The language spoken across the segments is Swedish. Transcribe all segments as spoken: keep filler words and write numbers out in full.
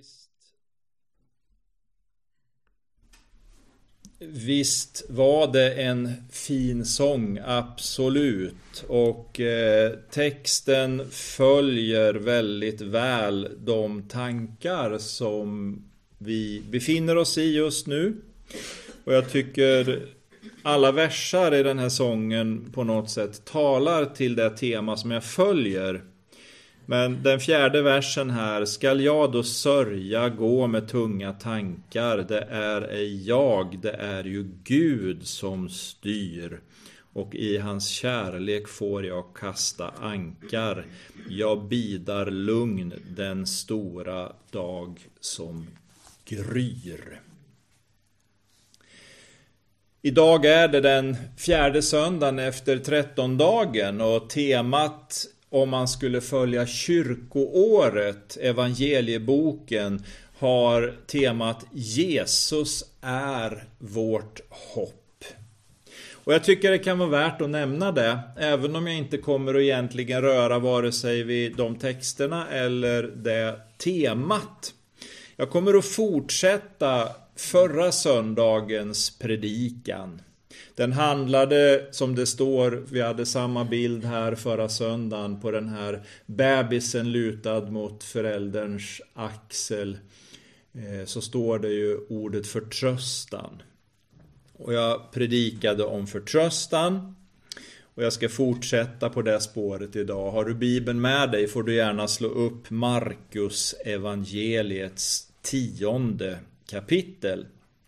visst. Visst var det en fin sång, absolut. Och eh, texten följer väldigt väl de tankar som vi befinner oss i just nu. Och jag tycker alla versar i den här sången på något sätt talar till det tema som jag följer. Men den fjärde versen här: skall jag då sörja, gå med tunga tankar? Det är ej jag, det är ju Gud som styr. Och i hans kärlek får jag kasta ankar. Jag bidar lugn den stora dag som gryr. Idag är det den fjärde söndagen efter trettondagen och temat, om man skulle följa kyrkoåret, evangelieboken, har temat Jesus är vårt hopp. Och jag tycker det kan vara värt att nämna det, även om jag inte kommer att egentligen röra vare sig vid de texterna eller det temat. Jag kommer att fortsätta förra söndagens predikan. Den handlade, som det står, vi hade samma bild här förra söndagen på den här bebisen lutad mot förälderns axel. Så står det ju ordet förtröstan. Och jag predikade om förtröstan. Och jag ska fortsätta på det spåret idag. Har du Bibeln med dig får du gärna slå upp Markus evangeliets tionde kapitel.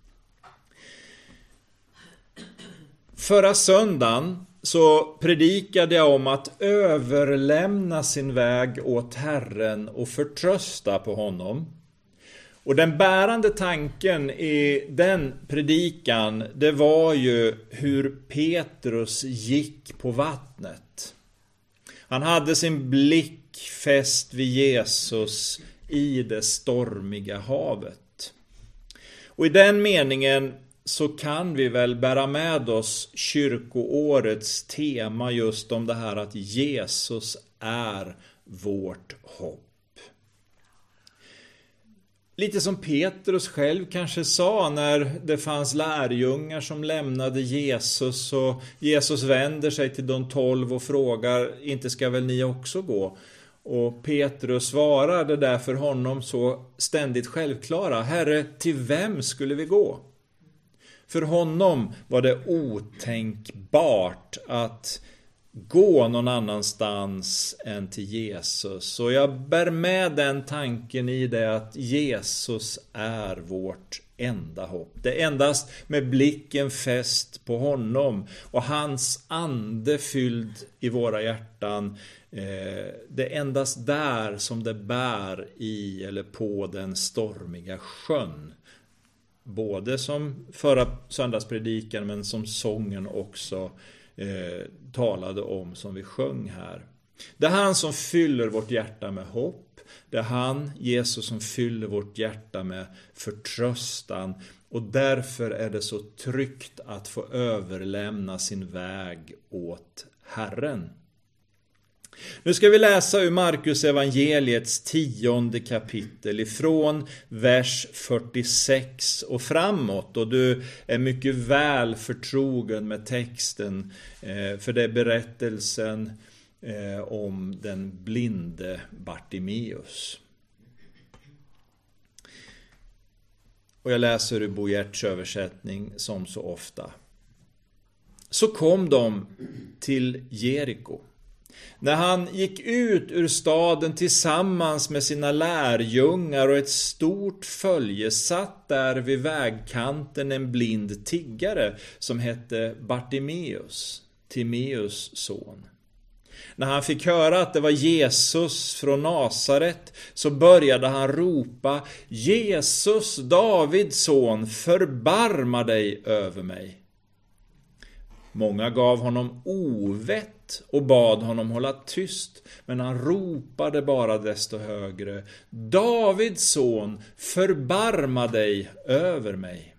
Förra söndagen så predikade jag om att överlämna sin väg åt Herren och förtrösta på honom. Och den bärande tanken i den predikan, det var ju hur Petrus gick på vattnet. Han hade sin blick fäst vid Jesus i det stormiga havet. Och i den meningen så kan vi väl bära med oss kyrkoårets tema just om det här att Jesus är vårt hopp. Lite som Petrus själv kanske sa när det fanns lärjungar som lämnade Jesus och Jesus vänder sig till de tolv och frågar: inte ska väl ni också gå? Och Petrus svarade där för honom så ständigt självklara: Herre, till vem skulle vi gå? För honom var det otänkbart att gå någon annanstans än till Jesus. Och jag bär med den tanken i det att Jesus är vårt enda hopp. Det är endast med blicken fäst på honom och hans ande fylld i våra hjärtan. Det är endast där som det bär i eller på den stormiga sjön. Både som förra söndagspredikan men som sången också eh, talade om, som vi sjöng här. Det är han som fyller vårt hjärta med hopp. Det är han, Jesus, som fyller vårt hjärta med förtröstan. Och därför är det så tryggt att få överlämna sin väg åt Herren. Nu ska vi läsa ur Markus evangeliets tionde kapitel ifrån vers fyrtiosex och framåt. Och du är mycket väl förtrogen med texten, för det är berättelsen om den blinde Bartimeus. Och jag läser ur Bo Giertz översättning som så ofta. Så kom de till Jeriko. När han gick ut ur staden tillsammans med sina lärjungar och ett stort följe satt där vid vägkanten en blind tiggare som hette Bartimeus, Timeus son. När han fick höra att det var Jesus från Nasaret så började han ropa: Jesus, Davids son, förbarma dig över mig. Många gav honom ovett och bad honom hålla tyst, men han ropade bara desto högre: Davids son, förbarma dig över mig.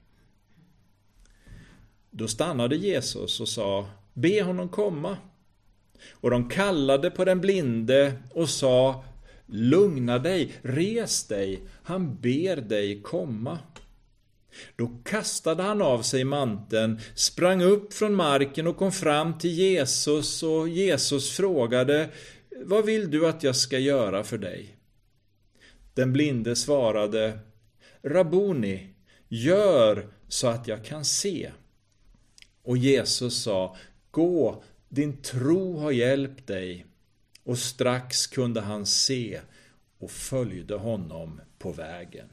Då stannade Jesus och sa: be honom komma. Och de kallade på den blinde och sa: Lugna dig, res dig, han ber dig komma. Då kastade han av sig manteln, sprang upp från marken och kom fram till Jesus, och Jesus frågade: vad vill du att jag ska göra för dig? Den blinde svarade: Rabboni, gör så att jag kan se. Och Jesus sa: gå, din tro har hjälpt dig. Och strax kunde han se och följde honom på vägen.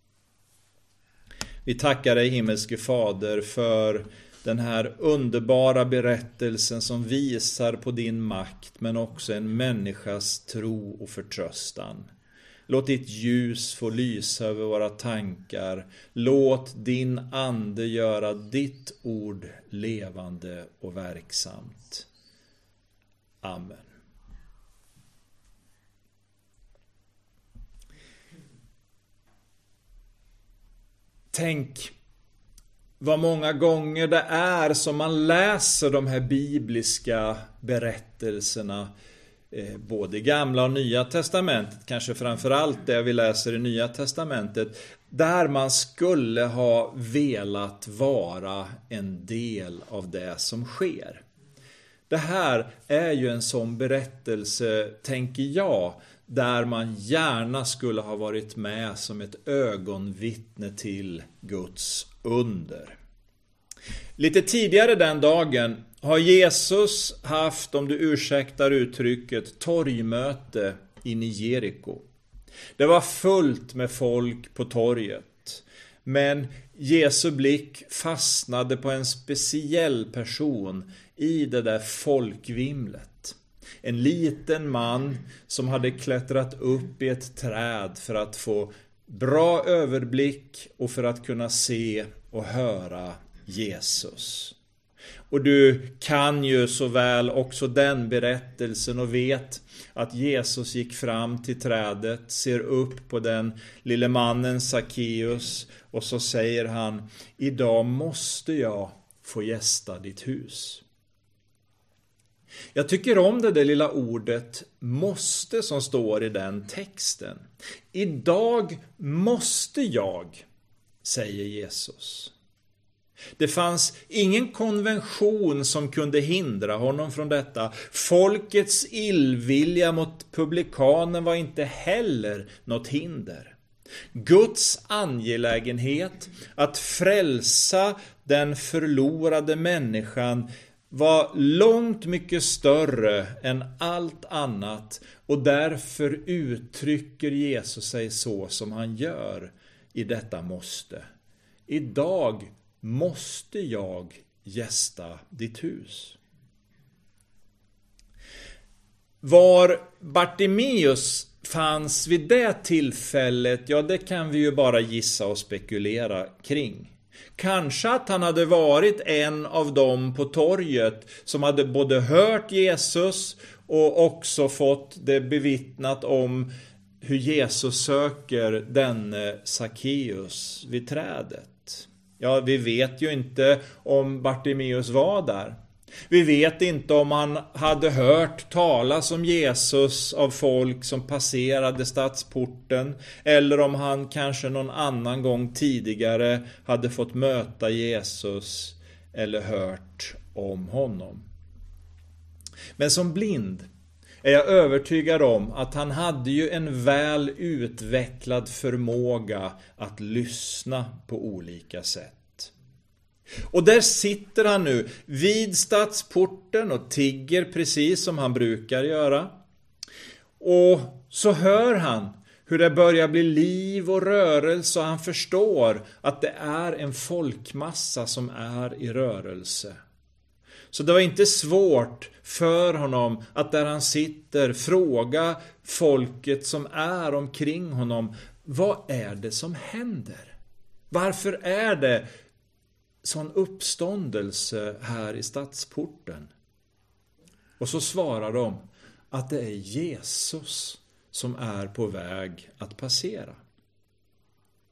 Vi tackar dig, himmelske Fader, för den här underbara berättelsen som visar på din makt, men också en människas tro och förtröstan. Låt ditt ljus få lysa över våra tankar. Låt din ande göra ditt ord levande och verksamt. Amen. Tänk vad många gånger det är som man läser de här bibliska berättelserna, eh, både Gamla och Nya testamentet, kanske framförallt det vi läser i Nya testamentet, där man skulle ha velat vara en del av det som sker. Det här är ju en sån berättelse, tänker jag, där man gärna skulle ha varit med som ett ögonvittne till Guds under. Lite tidigare den dagen har Jesus haft, om du ursäktar uttrycket, torgmöte in i Jeriko. Det var fullt med folk på torget, men Jesu blick fastnade på en speciell person i det där folkvimlet. En liten man som hade klättrat upp i ett träd för att få bra överblick och för att kunna se och höra Jesus. Och du kan ju så väl också den berättelsen och vet att Jesus gick fram till trädet, ser upp på den lille mannen Sackeus, och så säger han: idag måste jag få gästa ditt hus. Jag tycker om det där lilla ordet måste som står i den texten. Idag måste jag, säger Jesus. Det fanns ingen konvention som kunde hindra honom från detta. Folkets illvilja mot publikanen var inte heller något hinder. Guds angelägenhet att frälsa den förlorade människan var långt mycket större än allt annat, och därför uttrycker Jesus sig så som han gör i detta måste. Idag måste jag gästa ditt hus. Var Bartimeus fanns vid det tillfället, ja, det kan vi ju bara gissa och spekulera kring. Kanske att han hade varit en av dem på torget som hade både hört Jesus och också fått det bevittnat om hur Jesus söker denne Sackeus vid trädet. Ja, vi vet ju inte om Bartimeus var där. Vi vet inte om han hade hört talas om Jesus av folk som passerade stadsporten, eller om han kanske någon annan gång tidigare hade fått möta Jesus eller hört om honom. Men som blind är jag övertygad om att han hade ju en väl utvecklad förmåga att lyssna på olika sätt. Och där sitter han nu vid stadsporten och tigger precis som han brukar göra. Och så hör han hur det börjar bli liv och rörelse, och han förstår att det är en folkmassa som är i rörelse. Så det var inte svårt för honom att där han sitter fråga folket som är omkring honom: vad är det som händer? Varför är det sån uppståndelse här i stadsporten? Och så svarar de att det är Jesus som är på väg att passera.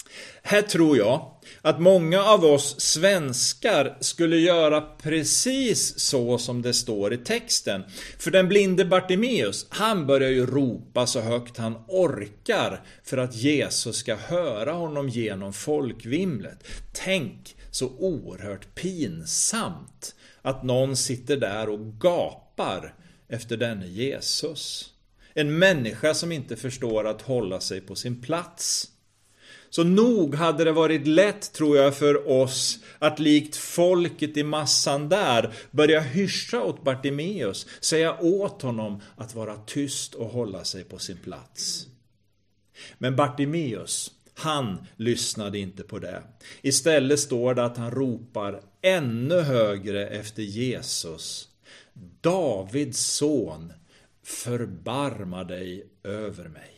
Här tror jag att många av oss svenskar skulle göra precis så som det står i texten. För den blinde Bartimeus, han börjar ju ropa så högt han orkar för att Jesus ska höra honom genom folkvimlet. Tänk så oerhört pinsamt att någon sitter där och gapar efter denne Jesus. En människa som inte förstår att hålla sig på sin plats. Så nog hade det varit lätt, tror jag, för oss att likt folket i massan där börja hyscha åt Bartimeus, säga åt honom att vara tyst och hålla sig på sin plats. Men Bartimeus, han lyssnade inte på det. Istället står det att han ropar ännu högre efter Jesus. Davids son, förbarma dig över mig.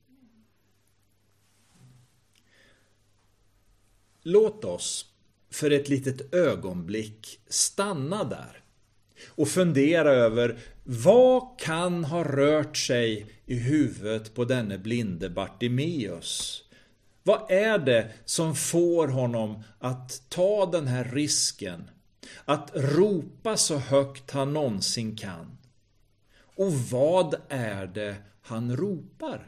Låt oss för ett litet ögonblick stanna där och fundera över vad kan ha rört sig i huvudet på denne blinde Bartimeus. Vad är det som får honom att ta den här risken, att ropa så högt han någonsin kan? Och vad är det han ropar?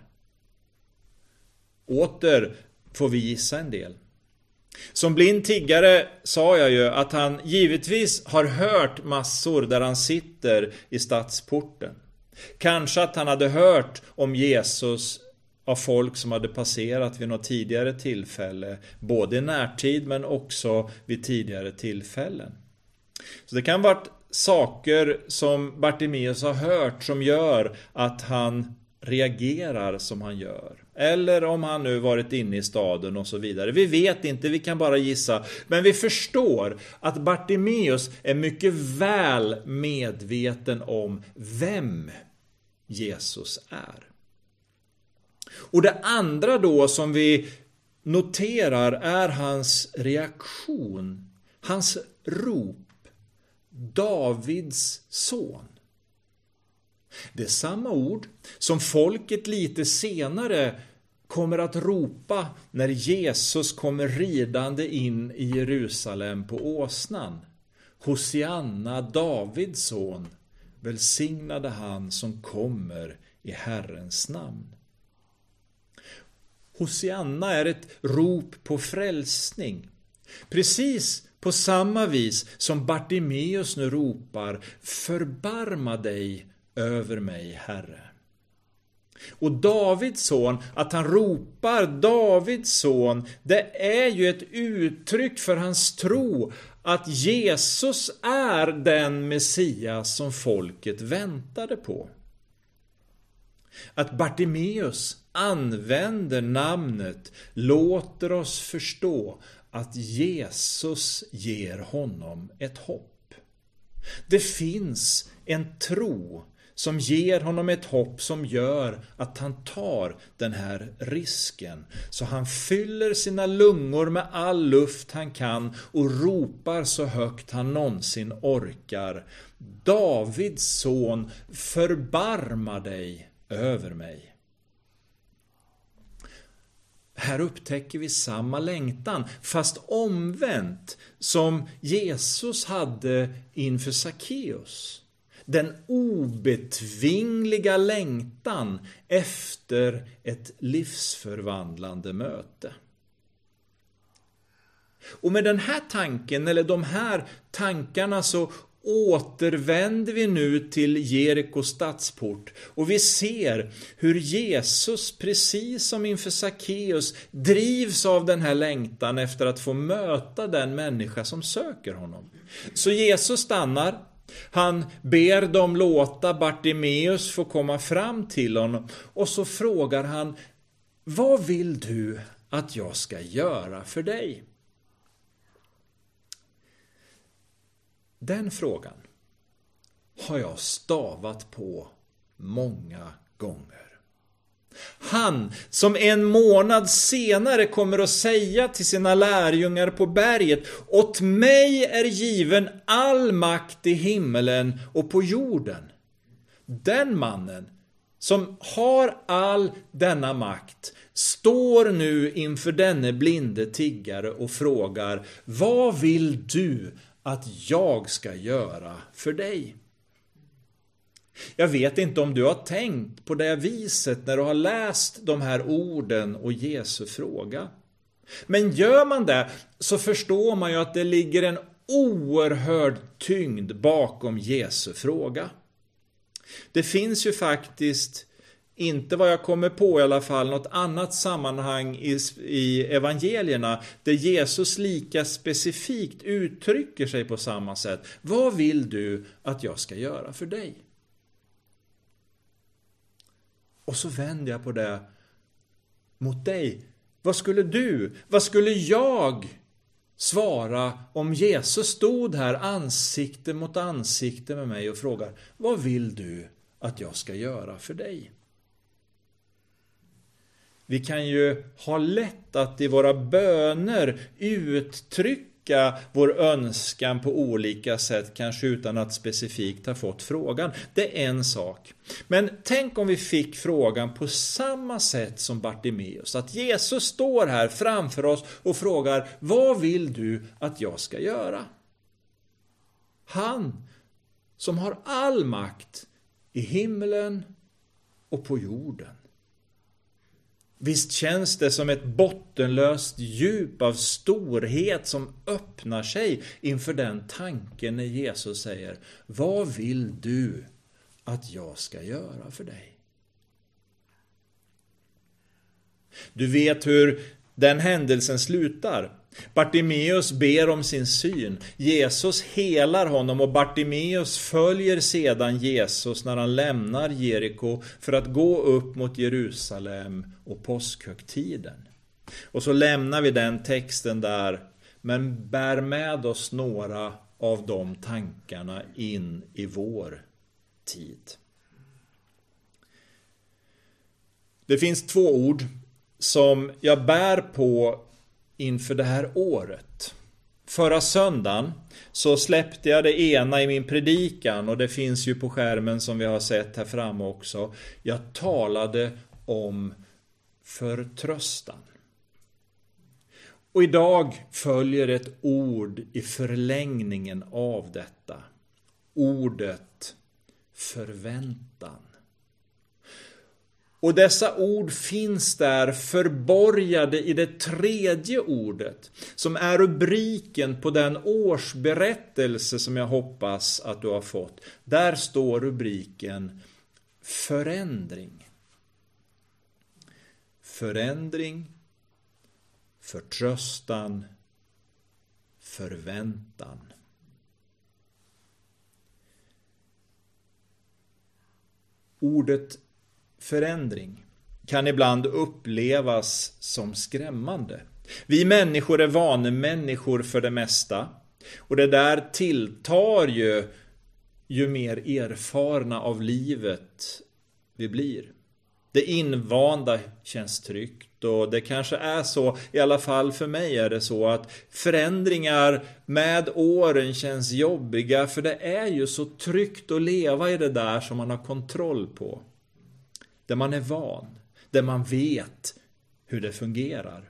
Åter får vi gissa en del. Som blind tiggare sa jag ju att han givetvis har hört massor där han sitter i stadsporten. Kanske att han hade hört om Jesus av folk som hade passerat vid något tidigare tillfälle, både i närtid men också vid tidigare tillfällen. Så det kan vara saker som Bartimeus har hört som gör att han reagerar som han gör. Eller om han nu varit inne i staden och så vidare. Vi vet inte, vi kan bara gissa. Men vi förstår att Bartimeus är mycket väl medveten om vem Jesus är. Och det andra då som vi noterar är hans reaktion. Hans rop. Davids son. Det är samma ord som folket lite senare kommer att ropa när Jesus kommer ridande in i Jerusalem på åsnan. Hosianna, Davids son, välsignade han som kommer i Herrens namn. Hosianna är ett rop på frälsning. Precis på samma vis som Bartimeus nu ropar, förbarma dig över mig, Herre. Och Davids son, att han ropar Davids son, det är ju ett uttryck för hans tro att Jesus är den Messias som folket väntade på. Att Bartimeus använder namnet låter oss förstå att Jesus ger honom ett hopp. Det finns en tro som ger honom ett hopp som gör att han tar den här risken. Så han fyller sina lungor med all luft han kan och ropar så högt han någonsin orkar. Davids son, förbarma dig över mig. Här upptäcker vi samma längtan, fast omvänt som Jesus hade inför Sackeus. Den obetvingliga längtan efter ett livsförvandlande möte. Och med den här tanken, eller de här tankarna, så återvänder vi nu till Jeriko stadsport och vi ser hur Jesus, precis som inför Sackeus, drivs av den här längtan efter att få möta den människa som söker honom. Så Jesus stannar, han ber dem låta Bartimeus få komma fram till honom och så frågar han: vad vill du att jag ska göra för dig? Den frågan har jag stavat på många gånger. Han som en månad senare kommer att säga till sina lärjungar på berget: åt mig är given all makt i himmelen och på jorden. Den mannen, som har all denna makt, står nu inför denne blinde tiggare och frågar: vad vill du att jag ska göra för dig? Jag vet inte om du har tänkt på det viset när du har läst de här orden och Jesu fråga. Men gör man det så förstår man ju att det ligger en oerhörd tyngd bakom Jesu fråga. Det finns ju faktiskt, inte vad jag kommer på i alla fall, något annat sammanhang i, i evangelierna där Jesus lika specifikt uttrycker sig på samma sätt. Vad vill du att jag ska göra för dig? Och så vänder jag på det mot dig. Vad skulle du, vad skulle jag svara om Jesus stod här ansikte mot ansikte med mig och frågar: vad vill du att jag ska göra för dig? Vi kan ju ha lätt att i våra böner uttrycka vår önskan på olika sätt, kanske utan att specifikt ha fått frågan. Det är en sak. Men tänk om vi fick frågan på samma sätt som Bartimeus. Att Jesus står här framför oss och frågar: vad vill du att jag ska göra? Han som har all makt i himlen och på jorden. Visst känns det som ett bottenlöst djup av storhet som öppnar sig inför den tanken när Jesus säger: vad vill du att jag ska göra för dig? Du vet hur den händelsen slutar. Bartimeus ber om sin syn. Jesus helar honom och Bartimeus följer sedan Jesus när han lämnar Jeriko för att gå upp mot Jerusalem och påskhögtiden. Och så lämnar vi den texten där, men bär med oss några av de tankarna in i vår tid. Det finns två ord som jag bär på inför det här året. Förra söndagen så släppte jag det ena i min predikan, och det finns ju på skärmen som vi har sett här framme också. Jag talade om förtröstan. Och idag följer ett ord i förlängningen av detta. Ordet förväntan. Och dessa ord finns där förborgade i det tredje ordet, som är rubriken på den årsberättelse som jag hoppas att du har fått. Där står rubriken förändring. Förändring, förtröstan, förväntan. Ordet förändring kan ibland upplevas som skrämmande. Vi människor är vanemänniskor för det mesta. Och det där tilltar ju ju mer erfarna av livet vi blir. Det invanda känns tryggt, och det kanske är så, i alla fall för mig är det så, att förändringar med åren känns jobbiga, för det är ju så tryggt att leva i det där som man har kontroll på. Där man är van, där man vet hur det fungerar.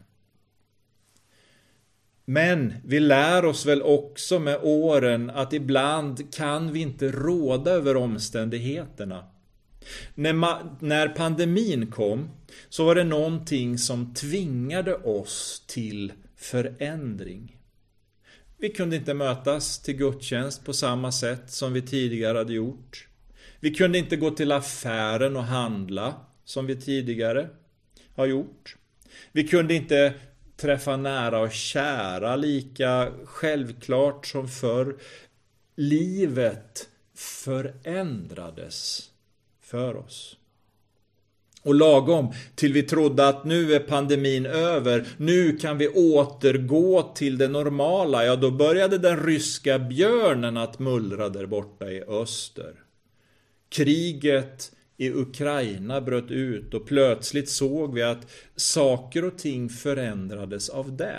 Men vi lär oss väl också med åren att ibland kan vi inte råda över omständigheterna. När, ma- när pandemin kom så var det någonting som tvingade oss till förändring. Vi kunde inte mötas till gudstjänst på samma sätt som vi tidigare hade gjort. Vi kunde inte gå till affären och handla som vi tidigare har gjort. Vi kunde inte träffa nära och kära lika självklart som förr. Livet förändrades för oss. Och lagom till vi trodde att nu är pandemin över, nu kan vi återgå till det normala, ja då började den ryska björnen att mullra där borta i öster. Kriget i Ukraina bröt ut och plötsligt såg vi att saker och ting förändrades av det.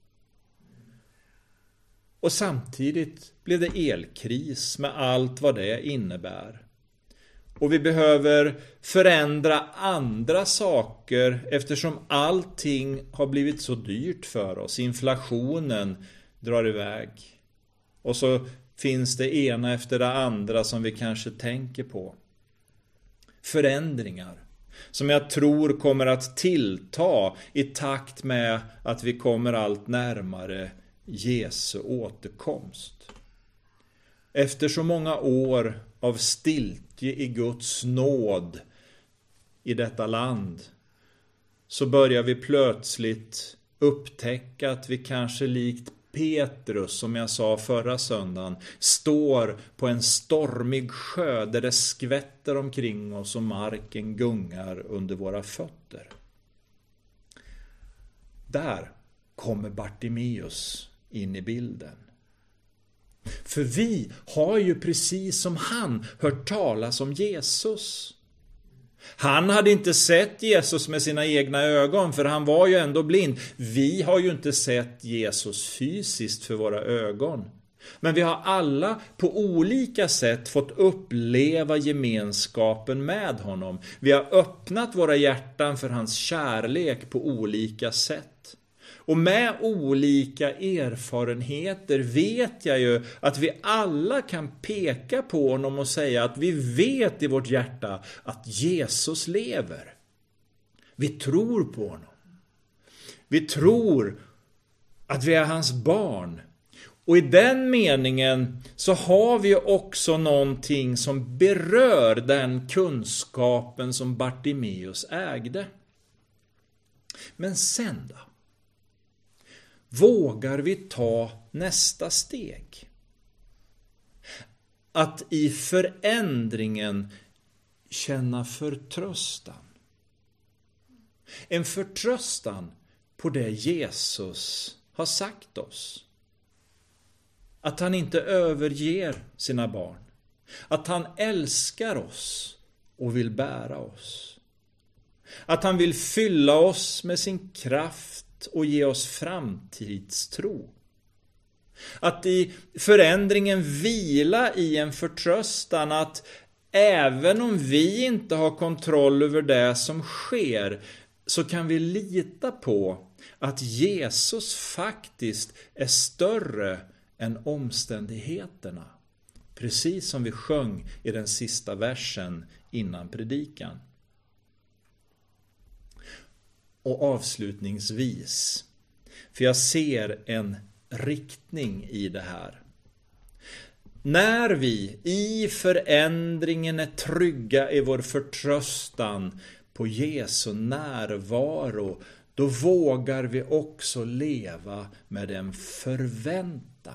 Och samtidigt blev det elkris med allt vad det innebär. Och vi behöver förändra andra saker eftersom allting har blivit så dyrt för oss. Inflationen drar iväg. Och så finns det ena efter det andra som vi kanske tänker på. Förändringar som jag tror kommer att tillta i takt med att vi kommer allt närmare Jesu återkomst. Efter så många år av stiltje i Guds nåd i detta land så börjar vi plötsligt upptäcka att vi kanske likt Petrus, som jag sa förra söndagen, står på en stormig sjö där det skvätter omkring oss och marken gungar under våra fötter. Där kommer Bartimeus in i bilden. För vi har ju precis som han hört talas om Jesus. Han hade inte sett Jesus med sina egna ögon, för han var ju ändå blind. Vi har ju inte sett Jesus fysiskt för våra ögon. Men vi har alla på olika sätt fått uppleva gemenskapen med honom. Vi har öppnat våra hjärtan för hans kärlek på olika sätt. Och med olika erfarenheter vet jag ju att vi alla kan peka på honom och säga att vi vet i vårt hjärta att Jesus lever. Vi tror på honom. Vi tror att vi är hans barn. Och i den meningen så har vi också någonting som berör den kunskapen som Bartimeus ägde. Men sen då? Vågar vi ta nästa steg? Att i förändringen känna förtröstan. En förtröstan på det Jesus har sagt oss. Att han inte överger sina barn. Att han älskar oss och vill bära oss. Att han vill fylla oss med sin kraft och ge oss framtidstro. Att i förändringen vila i en förtröstan att även om vi inte har kontroll över det som sker, så kan vi lita på att Jesus faktiskt är större än omständigheterna. Precis som vi sjöng i den sista versen innan predikan. Och avslutningsvis, för jag ser en riktning i det här. När vi i förändringen är trygga i vår förtröstan på Jesu närvaro, då vågar vi också leva med en förväntan.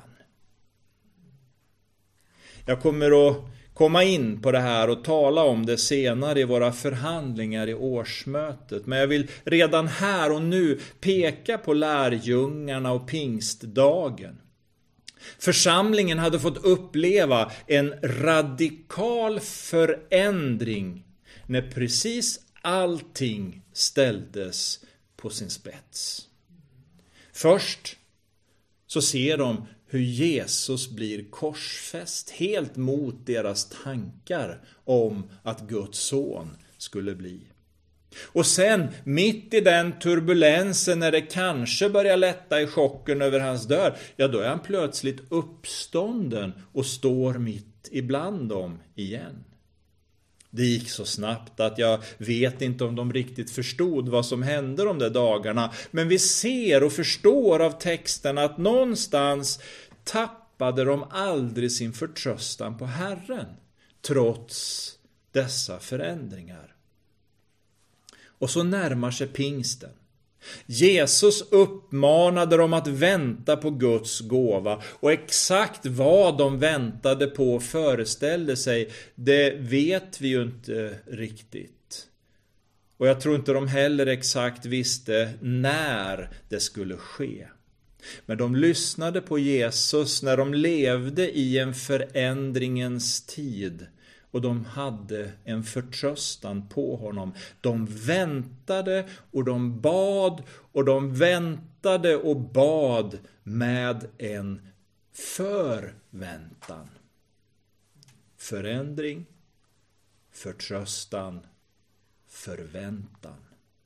Jag kommer att komma in på det här och tala om det senare i våra förhandlingar i årsmötet. Men jag vill redan här och nu peka på lärjungarna och pingstdagen. Församlingen hade fått uppleva en radikal förändring när precis allting ställdes på sin spets. Först så ser de hur Jesus blir korsfäst helt mot deras tankar om att Guds son skulle bli. Och sen mitt i den turbulensen när det kanske börjar lätta i chocken över hans död, ja då är han plötsligt uppstånden och står mitt ibland dem igen. Det gick så snabbt att jag vet inte om de riktigt förstod vad som hände de där dagarna. Men vi ser och förstår av texten att någonstans tappade de aldrig sin förtröstan på Herren, trots dessa förändringar. Och så närmar sig pingsten. Jesus uppmanade dem att vänta på Guds gåva, och exakt vad de väntade på och föreställde sig, det vet vi ju inte riktigt. Och jag tror inte de heller exakt visste när det skulle ske. Men de lyssnade på Jesus när de levde i en förändringens tid. Och de hade en förtröstan på honom. De väntade och de bad och de väntade och bad med en förväntan. Förändring, förtröstan, förväntan.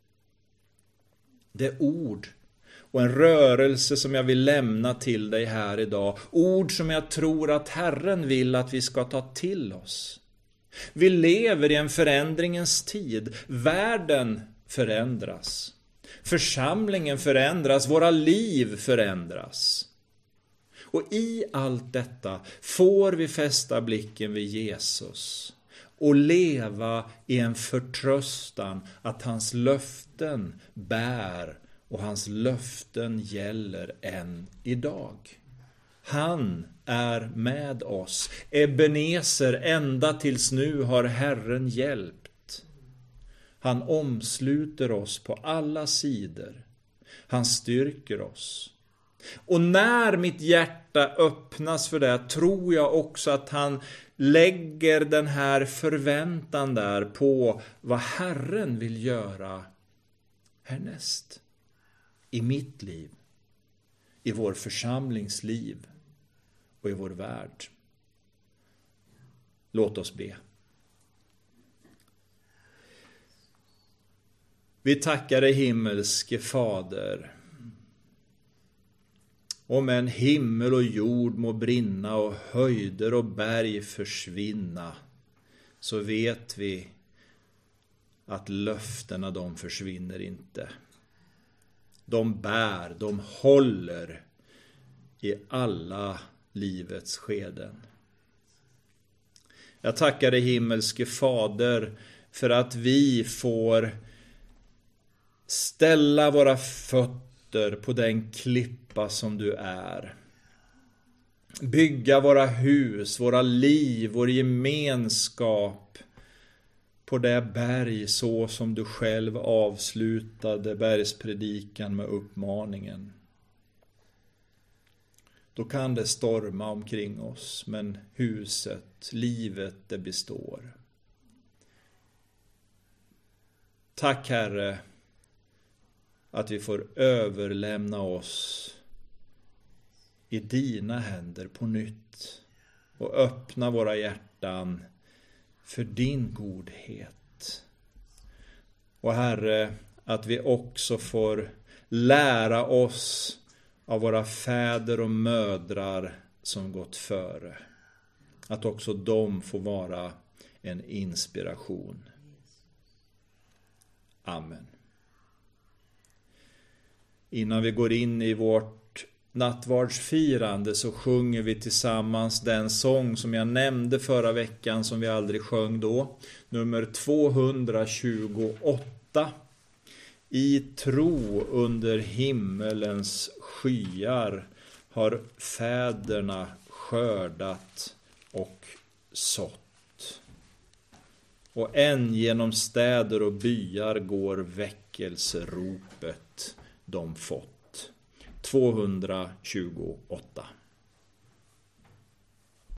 Det är ord och en rörelse som jag vill lämna till dig här idag. Ord som jag tror att Herren vill att vi ska ta till oss. Vi lever i en förändringens tid. Världen förändras. Församlingen förändras. Våra liv förändras. Och i allt detta får vi fästa blicken vid Jesus och leva i en förtröstan att hans löften bär och hans löften gäller än idag. Han är med oss. Ebenezer, ända tills nu har Herren hjälpt. Han omsluter oss på alla sidor. Han styrker oss. Och när mitt hjärta öppnas för det tror jag också att han lägger den här förväntan där på vad Herren vill göra härnäst. I mitt liv, i vår församlingsliv och i vår värld. Låt oss be. Vi tackar dig, himmelske Fader. Om en himmel och jord må brinna och höjder och berg försvinna, så vet vi att löftena, de försvinner inte. De bär, de håller i alla livets skeden. Jag tackar dig, himmelske Fader, för att vi får ställa våra fötter på den klippa som du är. Bygga våra hus, våra liv, vår gemenskap på det berg, så som du själv avslutade bergspredikan med uppmaningen. Då kan det storma omkring oss, men huset, livet, det består. Tack, Herre, att vi får överlämna oss i dina händer på nytt och öppna våra hjärtan för din godhet. Och Herre, att vi också får lära oss av våra fäder och mödrar som gått före. Att också de får vara en inspiration. Amen. Innan vi går in i vårt nattvardsfirande så sjunger vi tillsammans den sång som jag nämnde förra veckan, som vi aldrig sjöng då. Nummer tvåhundratjugoåtta. I tro under himmelens skyar har fäderna skördat och sått. Och än genom städer och byar går väckelseropet de fått. tvåhundratjugoåtta.